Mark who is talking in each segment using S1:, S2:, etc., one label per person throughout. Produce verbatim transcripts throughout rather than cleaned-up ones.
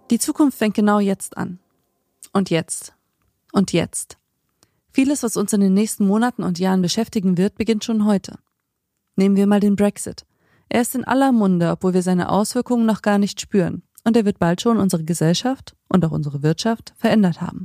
S1: Die Zukunft fängt genau jetzt an. Und jetzt. Und jetzt. Vieles, was uns in den nächsten Monaten und Jahren beschäftigen wird, beginnt schon heute. Nehmen wir mal den Brexit. Er ist in aller Munde, obwohl wir seine Auswirkungen noch gar nicht spüren. Und er wird bald schon unsere Gesellschaft und auch unsere Wirtschaft verändert haben.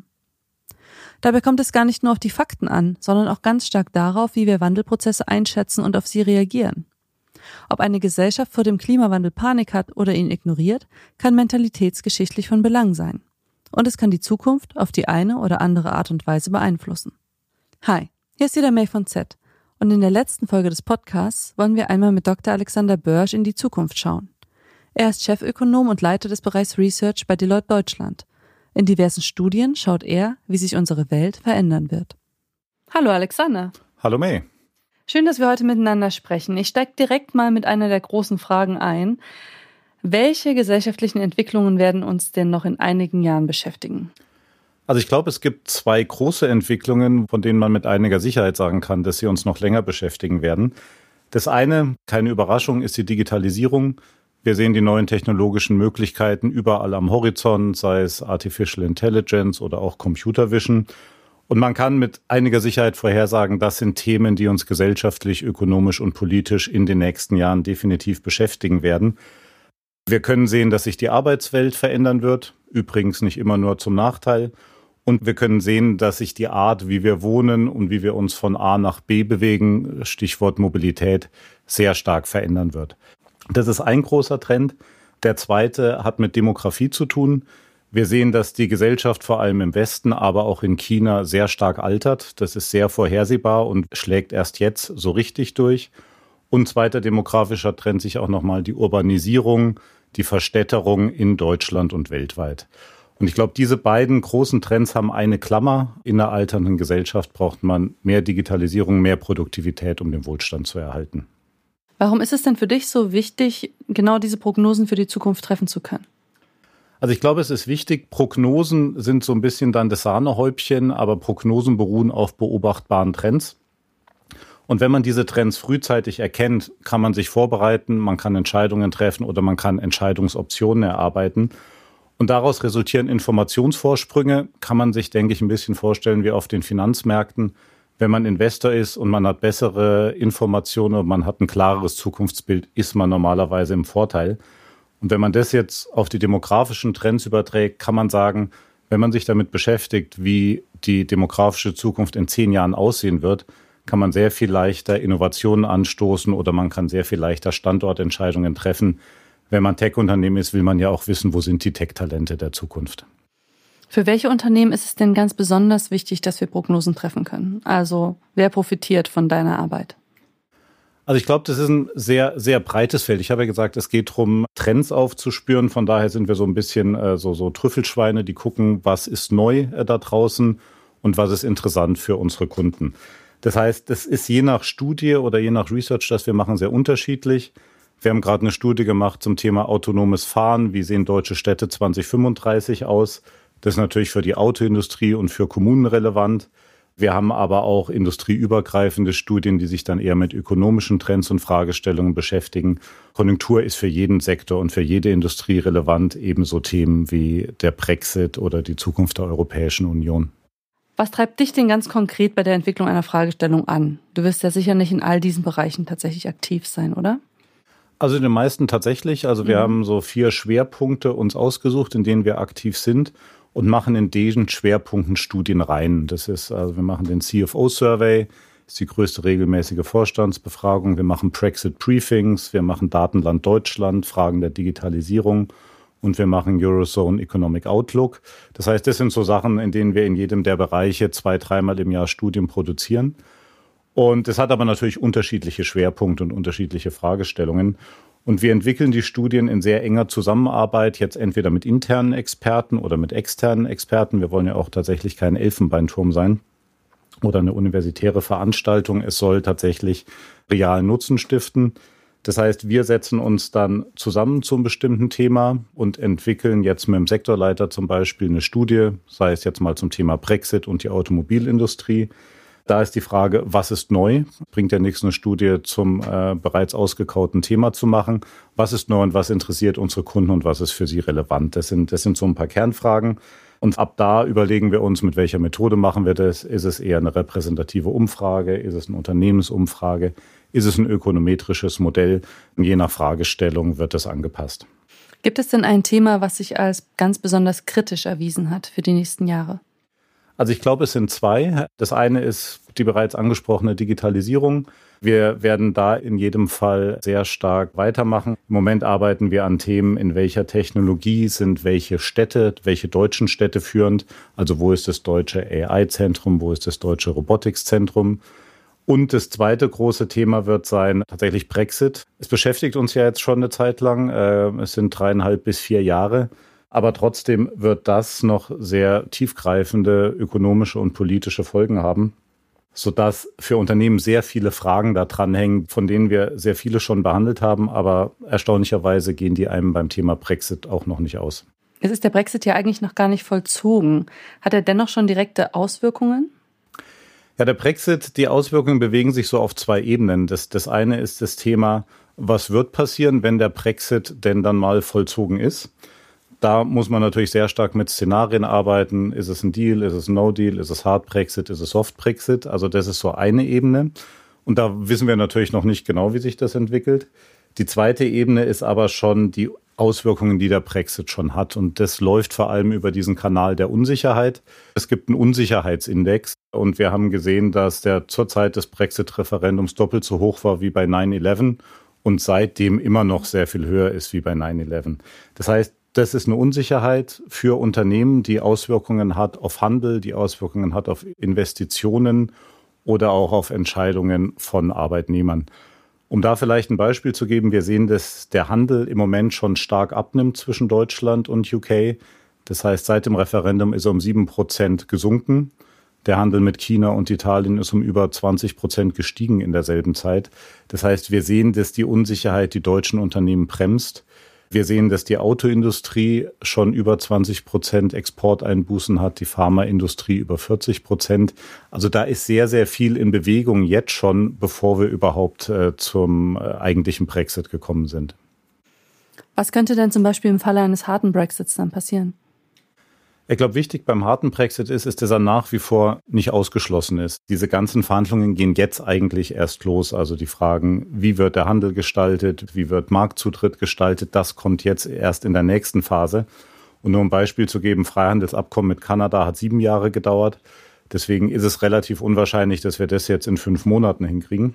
S1: Dabei kommt es gar nicht nur auf die Fakten an, sondern auch ganz stark darauf, wie wir Wandelprozesse einschätzen und auf sie reagieren. Ob eine Gesellschaft vor dem Klimawandel Panik hat oder ihn ignoriert, kann mentalitätsgeschichtlich von Belang sein. Und es kann die Zukunft auf die eine oder andere Art und Weise beeinflussen. Hi, hier ist wieder May von Z. Und in der letzten Folge des Podcasts wollen wir einmal mit Doktor Alexander Börsch in die Zukunft schauen. Er ist Chefökonom und Leiter des Bereichs Research bei Deloitte Deutschland. In diversen Studien schaut er, wie sich unsere Welt verändern wird. Hallo Alexander.
S2: Hallo May.
S1: Schön, dass wir heute miteinander sprechen. Ich steige direkt mal mit einer der großen Fragen ein. Welche gesellschaftlichen Entwicklungen werden uns denn noch in einigen Jahren beschäftigen?
S2: Also ich glaube, es gibt zwei große Entwicklungen, von denen man mit einiger Sicherheit sagen kann, dass sie uns noch länger beschäftigen werden. Das eine, keine Überraschung, ist die Digitalisierung. Wir sehen die neuen technologischen Möglichkeiten überall am Horizont, sei es Artificial Intelligence oder auch Computer Vision. Und man kann mit einiger Sicherheit vorhersagen, das sind Themen, die uns gesellschaftlich, ökonomisch und politisch in den nächsten Jahren definitiv beschäftigen werden. Wir können sehen, dass sich die Arbeitswelt verändern wird, übrigens nicht immer nur zum Nachteil. Und wir können sehen, dass sich die Art, wie wir wohnen und wie wir uns von A nach B bewegen, Stichwort Mobilität, sehr stark verändern wird. Das ist ein großer Trend. Der zweite hat mit Demografie zu tun. Wir sehen, dass die Gesellschaft vor allem im Westen, aber auch in China sehr stark altert. Das ist sehr vorhersehbar und schlägt erst jetzt so richtig durch. Und zweiter demografischer Trend sich auch nochmal die Urbanisierung, die Verstädterung in Deutschland und weltweit. Und ich glaube, diese beiden großen Trends haben eine Klammer. In einer alternden Gesellschaft braucht man mehr Digitalisierung, mehr Produktivität, um den Wohlstand zu erhalten.
S1: Warum ist es denn für dich so wichtig, genau diese Prognosen für die Zukunft treffen zu können?
S2: Also ich glaube, es ist wichtig, Prognosen sind so ein bisschen dann das Sahnehäubchen, aber Prognosen beruhen auf beobachtbaren Trends. Und wenn man diese Trends frühzeitig erkennt, kann man sich vorbereiten, man kann Entscheidungen treffen oder man kann Entscheidungsoptionen erarbeiten. Und daraus resultieren Informationsvorsprünge, kann man sich, denke ich, ein bisschen vorstellen wie auf den Finanzmärkten. Wenn man Investor ist und man hat bessere Informationen und man hat ein klareres Zukunftsbild, ist man normalerweise im Vorteil. Und wenn man das jetzt auf die demografischen Trends überträgt, kann man sagen, wenn man sich damit beschäftigt, wie die demografische Zukunft in zehn Jahren aussehen wird, kann man sehr viel leichter Innovationen anstoßen oder man kann sehr viel leichter Standortentscheidungen treffen. Wenn man Tech-Unternehmen ist, will man ja auch wissen, wo sind die Tech-Talente der Zukunft.
S1: Für welche Unternehmen ist es denn ganz besonders wichtig, dass wir Prognosen treffen können? Also wer profitiert von deiner Arbeit?
S2: Also ich glaube, das ist ein sehr, sehr breites Feld. Ich habe ja gesagt, es geht darum, Trends aufzuspüren. Von daher sind wir so ein bisschen äh, so, so Trüffelschweine, die gucken, was ist neu äh, da draußen und was ist interessant für unsere Kunden. Das heißt, das ist je nach Studie oder je nach Research, das wir machen, sehr unterschiedlich. Wir haben gerade eine Studie gemacht zum Thema autonomes Fahren. Wie sehen deutsche Städte zwanzig fünfunddreißig aus? Das ist natürlich für die Autoindustrie und für Kommunen relevant. Wir haben aber auch industrieübergreifende Studien, die sich dann eher mit ökonomischen Trends und Fragestellungen beschäftigen. Konjunktur ist für jeden Sektor und für jede Industrie relevant, ebenso Themen wie der Brexit oder die Zukunft der Europäischen Union.
S1: Was treibt dich denn ganz konkret bei der Entwicklung einer Fragestellung an? Du wirst ja sicher nicht in all diesen Bereichen tatsächlich aktiv sein, oder?
S2: Also in den meisten tatsächlich. Also wir mhm. haben so vier Schwerpunkte uns ausgesucht, in denen wir aktiv sind. Und machen in diesen Schwerpunkten Studien rein. Das ist, also wir machen den C F O-Survey, ist die größte regelmäßige Vorstandsbefragung. Wir machen Brexit-Briefings, wir machen Datenland Deutschland, Fragen der Digitalisierung und wir machen Eurozone Economic Outlook. Das heißt, das sind so Sachen, in denen wir in jedem der Bereiche zwei, dreimal im Jahr Studien produzieren. Und es hat aber natürlich unterschiedliche Schwerpunkte und unterschiedliche Fragestellungen. Und wir entwickeln die Studien in sehr enger Zusammenarbeit, jetzt entweder mit internen Experten oder mit externen Experten. Wir wollen ja auch tatsächlich kein Elfenbeinturm sein oder eine universitäre Veranstaltung. Es soll tatsächlich realen Nutzen stiften. Das heißt, wir setzen uns dann zusammen zum bestimmten Thema und entwickeln jetzt mit dem Sektorleiter zum Beispiel eine Studie, sei es jetzt mal zum Thema Brexit und die Automobilindustrie. Da ist die Frage, was ist neu? Bringt ja nichts, eine Studie zum äh, bereits ausgekauten Thema zu machen. Was ist neu und was interessiert unsere Kunden und was ist für sie relevant? Das sind, das sind so ein paar Kernfragen. Und ab da überlegen wir uns, mit welcher Methode machen wir das. Ist es eher eine repräsentative Umfrage? Ist es eine Unternehmensumfrage? Ist es ein ökonometrisches Modell? Je nach Fragestellung wird das angepasst.
S1: Gibt es denn ein Thema, was sich als ganz besonders kritisch erwiesen hat für die nächsten Jahre?
S2: Also ich glaube, es sind zwei. Das eine ist die bereits angesprochene Digitalisierung. Wir werden da in jedem Fall sehr stark weitermachen. Im Moment arbeiten wir an Themen, in welcher Technologie sind welche Städte, welche deutschen Städte führend. Also wo ist das deutsche A I-Zentrum, wo ist das deutsche Robotics-Zentrum? Und das zweite große Thema wird sein tatsächlich Brexit. Es beschäftigt uns ja jetzt schon eine Zeit lang. Es sind dreieinhalb bis vier Jahre. Aber trotzdem wird das noch sehr tiefgreifende ökonomische und politische Folgen haben, sodass für Unternehmen sehr viele Fragen da dranhängen, von denen wir sehr viele schon behandelt haben. Aber erstaunlicherweise gehen die einem beim Thema Brexit auch noch nicht aus.
S1: Es ist der Brexit ja eigentlich noch gar nicht vollzogen. Hat er dennoch schon direkte Auswirkungen?
S2: Ja, der Brexit, die Auswirkungen bewegen sich so auf zwei Ebenen. Das, das eine ist das Thema, was wird passieren, wenn der Brexit denn dann mal vollzogen ist? Da muss man natürlich sehr stark mit Szenarien arbeiten. Ist es ein Deal? Ist es ein No-Deal? Ist es Hard Brexit? Ist es Soft Brexit? Also das ist so eine Ebene. Und da wissen wir natürlich noch nicht genau, wie sich das entwickelt. Die zweite Ebene ist aber schon die Auswirkungen, die der Brexit schon hat. Und das läuft vor allem über diesen Kanal der Unsicherheit. Es gibt einen Unsicherheitsindex. Und wir haben gesehen, dass der zur Zeit des Brexit-Referendums doppelt so hoch war wie bei nine eleven und seitdem immer noch sehr viel höher ist wie bei nine eleven. Das heißt, das ist eine Unsicherheit für Unternehmen, die Auswirkungen hat auf Handel, die Auswirkungen hat auf Investitionen oder auch auf Entscheidungen von Arbeitnehmern. Um da vielleicht ein Beispiel zu geben, wir sehen, dass der Handel im Moment schon stark abnimmt zwischen Deutschland und U K. Das heißt, seit dem Referendum ist er um sieben Prozent gesunken. Der Handel mit China und Italien ist um über zwanzig Prozent gestiegen in derselben Zeit. Das heißt, wir sehen, dass die Unsicherheit die deutschen Unternehmen bremst. Wir sehen, dass die Autoindustrie schon über zwanzig Prozent Exporteinbußen hat, die Pharmaindustrie über vierzig Prozent. Also da ist sehr, sehr viel in Bewegung jetzt schon, bevor wir überhaupt äh, zum äh, eigentlichen Brexit gekommen sind.
S1: Was könnte denn zum Beispiel im Falle eines harten Brexits dann passieren?
S2: Ich glaube, wichtig beim harten Brexit ist, ist, dass er nach wie vor nicht ausgeschlossen ist. Diese ganzen Verhandlungen gehen jetzt eigentlich erst los. Also die Fragen, wie wird der Handel gestaltet, wie wird Marktzutritt gestaltet, das kommt jetzt erst in der nächsten Phase. Und nur um ein Beispiel zu geben, Freihandelsabkommen mit Kanada hat sieben Jahre gedauert. Deswegen ist es relativ unwahrscheinlich, dass wir das jetzt in fünf Monaten hinkriegen.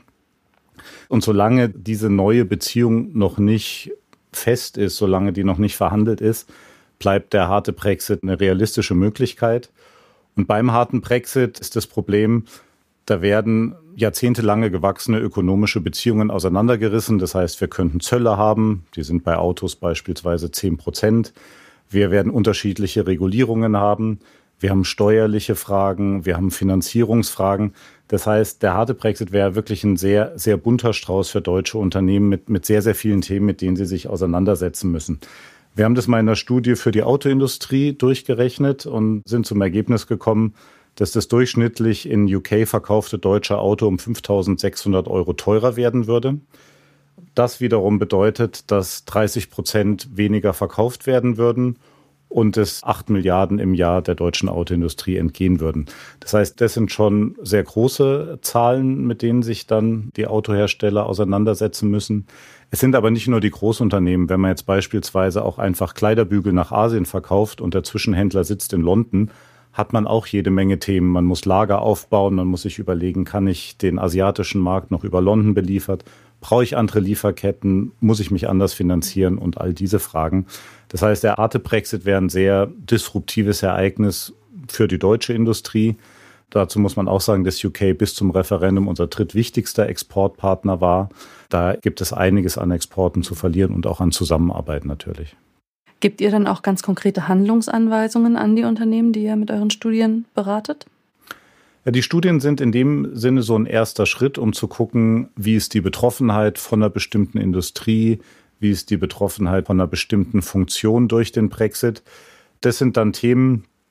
S2: Und solange diese neue Beziehung noch nicht fest ist, solange die noch nicht verhandelt ist, bleibt der harte Brexit eine realistische Möglichkeit. Und beim harten Brexit ist das Problem, da werden jahrzehntelange gewachsene ökonomische Beziehungen auseinandergerissen. Das heißt, wir könnten Zölle haben, die sind bei Autos beispielsweise zehn Prozent. Wir werden unterschiedliche Regulierungen haben. Wir haben steuerliche Fragen, wir haben Finanzierungsfragen. Das heißt, der harte Brexit wäre wirklich ein sehr, sehr bunter Strauß für deutsche Unternehmen mit, mit sehr, sehr vielen Themen, mit denen sie sich auseinandersetzen müssen. Wir haben das mal in einer Studie für die Autoindustrie durchgerechnet und sind zum Ergebnis gekommen, dass das durchschnittlich in U K verkaufte deutsche Auto um fünftausendsechshundert Euro teurer werden würde. Das wiederum bedeutet, dass dreißig Prozent weniger verkauft werden würden und es acht Milliarden im Jahr der deutschen Autoindustrie entgehen würden. Das heißt, das sind schon sehr große Zahlen, mit denen sich dann die Autohersteller auseinandersetzen müssen. Es sind aber nicht nur die Großunternehmen. Wenn man jetzt beispielsweise auch einfach Kleiderbügel nach Asien verkauft und der Zwischenhändler sitzt in London, hat man auch jede Menge Themen. Man muss Lager aufbauen, man muss sich überlegen, kann ich den asiatischen Markt noch über London beliefert? Brauche ich andere Lieferketten? Muss ich mich anders finanzieren? Und all diese Fragen. Das heißt, der harte Brexit wäre ein sehr disruptives Ereignis für die deutsche Industrie. Dazu muss man auch sagen, dass U K bis zum Referendum unser drittwichtigster Exportpartner war. Da gibt es einiges an Exporten zu verlieren und auch an Zusammenarbeit natürlich.
S1: Gebt ihr dann auch ganz konkrete Handlungsanweisungen an die Unternehmen, die ihr mit euren Studien beratet?
S2: Ja, die Studien sind in dem Sinne so ein erster Schritt, um zu gucken, wie ist die Betroffenheit von einer bestimmten Industrie, wie ist die Betroffenheit von einer bestimmten Funktion durch den Brexit. Das sind dann Themen,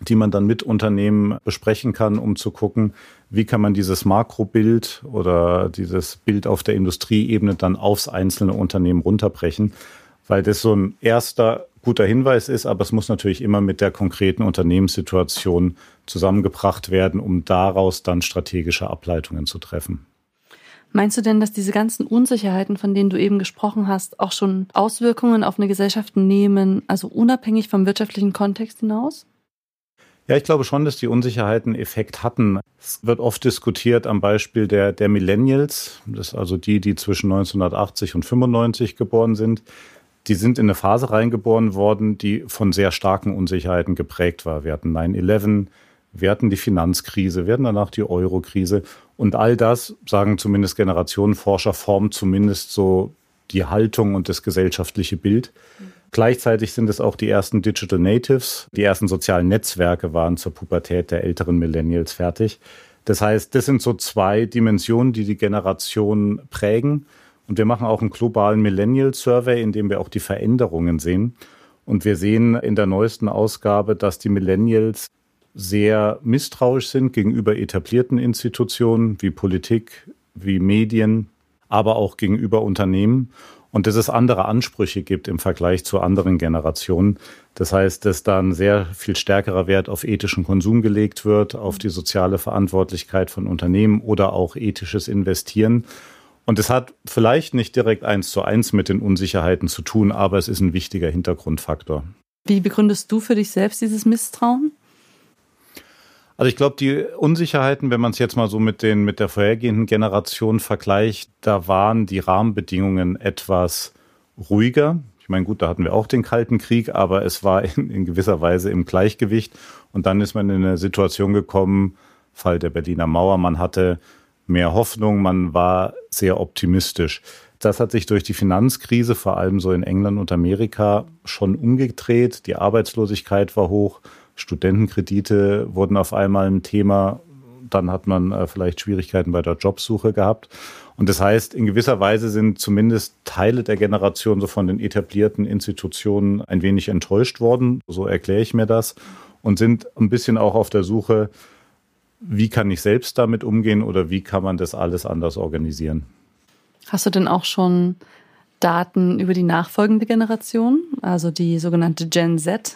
S2: die man dann mit Unternehmen besprechen kann, um zu gucken, wie kann man dieses Makrobild oder dieses Bild auf der Industrieebene dann aufs einzelne Unternehmen runterbrechen, weil das so ein erster guter Hinweis ist, aber es muss natürlich immer mit der konkreten Unternehmenssituation zusammengebracht werden, um daraus dann strategische Ableitungen zu treffen.
S1: Meinst du denn, dass diese ganzen Unsicherheiten, von denen du eben gesprochen hast, auch schon Auswirkungen auf eine Gesellschaft nehmen, also unabhängig vom wirtschaftlichen Kontext hinaus?
S2: Ja, ich glaube schon, dass die Unsicherheiten Effekt hatten. Es wird oft diskutiert am Beispiel der, der Millennials, das ist also die, die zwischen neunzehnhundertachtzig und fünfundneunzig geboren sind. Die sind in eine Phase reingeboren worden, die von sehr starken Unsicherheiten geprägt war. Wir hatten neun elf, wir hatten die Finanzkrise, wir hatten danach die Euro-Krise. Und all das, sagen zumindest Generationenforscher, formt zumindest so die Haltung und das gesellschaftliche Bild. Mhm. Gleichzeitig sind es auch die ersten Digital Natives. Die ersten sozialen Netzwerke waren zur Pubertät der älteren Millennials fertig. Das heißt, das sind so zwei Dimensionen, die die Generation prägen. Und wir machen auch einen globalen Millennial-Survey, in dem wir auch die Veränderungen sehen. Und wir sehen in der neuesten Ausgabe, dass die Millennials sehr misstrauisch sind gegenüber etablierten Institutionen wie Politik, wie Medien, aber auch gegenüber Unternehmen. Und dass es andere Ansprüche gibt im Vergleich zu anderen Generationen. Das heißt, dass da ein sehr viel stärkerer Wert auf ethischen Konsum gelegt wird, auf die soziale Verantwortlichkeit von Unternehmen oder auch ethisches Investieren. Und es hat vielleicht nicht direkt eins zu eins mit den Unsicherheiten zu tun, aber es ist ein wichtiger Hintergrundfaktor.
S1: Wie begründest du für dich selbst dieses Misstrauen?
S2: Also ich glaube, die Unsicherheiten, wenn man es jetzt mal so mit den mit der vorhergehenden Generation vergleicht, da waren die Rahmenbedingungen etwas ruhiger. Ich meine, gut, da hatten wir auch den Kalten Krieg, aber es war in, in gewisser Weise im Gleichgewicht. Und dann ist man in eine Situation gekommen, Fall der Berliner Mauer, man hatte mehr Hoffnung, man war sehr optimistisch. Das hat sich durch die Finanzkrise, vor allem so in England und Amerika, schon umgedreht. Die Arbeitslosigkeit war hoch. Studentenkredite wurden auf einmal ein Thema. Dann hat man äh, vielleicht Schwierigkeiten bei der Jobsuche gehabt. Und das heißt, in gewisser Weise sind zumindest Teile der Generation so von den etablierten Institutionen ein wenig enttäuscht worden. So erkläre ich mir das. Und sind ein bisschen auch auf der Suche, wie kann ich selbst damit umgehen oder wie kann man das alles anders organisieren.
S1: Hast du denn auch schon Daten über die nachfolgende Generation, also die sogenannte Gen Z?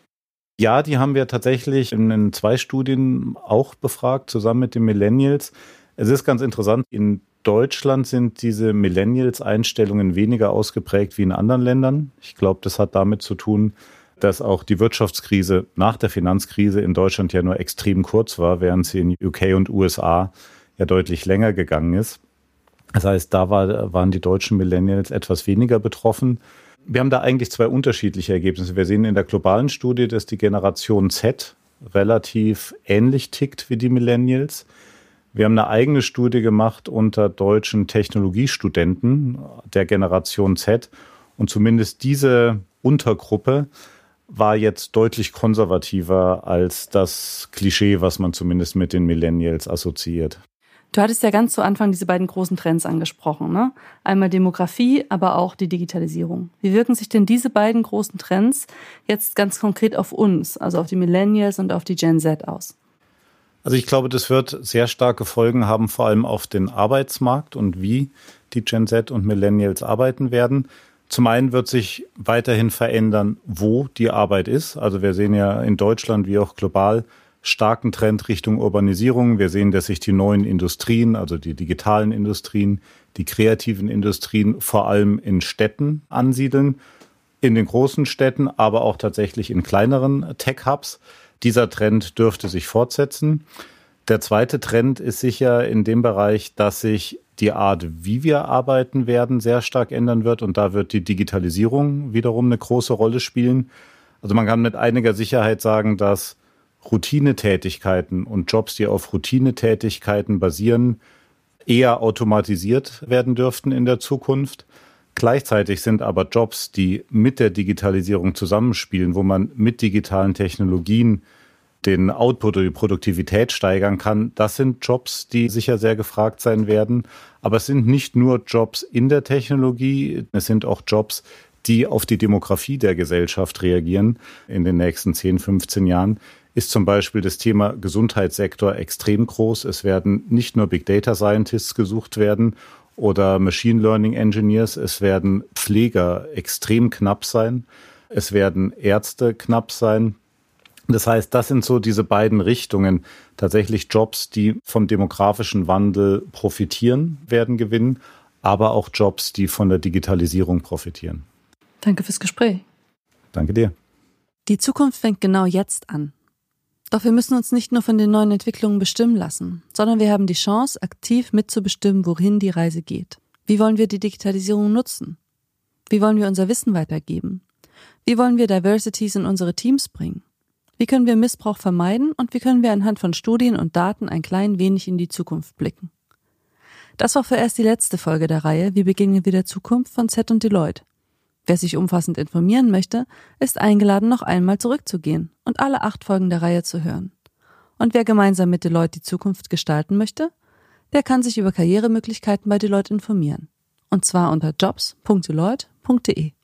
S2: Ja, die haben wir tatsächlich in zwei Studien auch befragt, zusammen mit den Millennials. Es ist ganz interessant, in Deutschland sind diese Millennials-Einstellungen weniger ausgeprägt wie in anderen Ländern. Ich glaube, das hat damit zu tun, dass auch die Wirtschaftskrise nach der Finanzkrise in Deutschland ja nur extrem kurz war, während sie in U K und U S A ja deutlich länger gegangen ist. Das heißt, da war, waren die deutschen Millennials etwas weniger betroffen. Wir haben da eigentlich zwei unterschiedliche Ergebnisse. Wir sehen in der globalen Studie, dass die Generation Z relativ ähnlich tickt wie die Millennials. Wir haben eine eigene Studie gemacht unter deutschen Technologiestudenten der Generation Z. Und zumindest diese Untergruppe war jetzt deutlich konservativer als das Klischee, was man zumindest mit den Millennials assoziiert.
S1: Du hattest ja ganz zu Anfang diese beiden großen Trends angesprochen, ne? Einmal Demografie, aber auch die Digitalisierung. Wie wirken sich denn diese beiden großen Trends jetzt ganz konkret auf uns, also auf die Millennials und auf die Gen Z aus?
S2: Also ich glaube, das wird sehr starke Folgen haben, vor allem auf den Arbeitsmarkt und wie die Gen Z und Millennials arbeiten werden. Zum einen wird sich weiterhin verändern, wo die Arbeit ist. Also wir sehen ja in Deutschland wie auch global starken Trend Richtung Urbanisierung. Wir sehen, dass sich die neuen Industrien, also die digitalen Industrien, die kreativen Industrien vor allem in Städten ansiedeln, in den großen Städten, aber auch tatsächlich in kleineren Tech-Hubs. Dieser Trend dürfte sich fortsetzen. Der zweite Trend ist sicher in dem Bereich, dass sich die Art, wie wir arbeiten werden, sehr stark ändern wird. Und da wird die Digitalisierung wiederum eine große Rolle spielen. Also man kann mit einiger Sicherheit sagen, dass Routinetätigkeiten und Jobs, die auf Routinetätigkeiten basieren, eher automatisiert werden dürften in der Zukunft. Gleichzeitig sind aber Jobs, die mit der Digitalisierung zusammenspielen, wo man mit digitalen Technologien den Output oder die Produktivität steigern kann, das sind Jobs, die sicher sehr gefragt sein werden. Aber es sind nicht nur Jobs in der Technologie, es sind auch Jobs, die auf die Demografie der Gesellschaft reagieren in den nächsten zehn, fünfzehn Jahren. ist zum Beispiel das Thema Gesundheitssektor extrem groß. Es werden nicht nur Big Data Scientists gesucht werden oder Machine Learning Engineers, es werden Pfleger extrem knapp sein, es werden Ärzte knapp sein. Das heißt, das sind so diese beiden Richtungen, tatsächlich Jobs, die vom demografischen Wandel profitieren, werden gewinnen, aber auch Jobs, die von der Digitalisierung profitieren.
S1: Danke fürs Gespräch.
S2: Danke dir.
S1: Die Zukunft fängt genau jetzt an. Doch wir müssen uns nicht nur von den neuen Entwicklungen bestimmen lassen, sondern wir haben die Chance, aktiv mitzubestimmen, wohin die Reise geht. Wie wollen wir die Digitalisierung nutzen? Wie wollen wir unser Wissen weitergeben? Wie wollen wir Diversities in unsere Teams bringen? Wie können wir Missbrauch vermeiden und wie können wir anhand von Studien und Daten ein klein wenig in die Zukunft blicken? Das war vorerst die letzte Folge der Reihe Wie beginnen wir der Zukunft von Z und Deloitte. Wer sich umfassend informieren möchte, ist eingeladen, noch einmal zurückzugehen und alle acht Folgen der Reihe zu hören. Und wer gemeinsam mit Deloitte die Zukunft gestalten möchte, der kann sich über Karrieremöglichkeiten bei Deloitte informieren. Und zwar unter jobs punkt deloitte punkt de.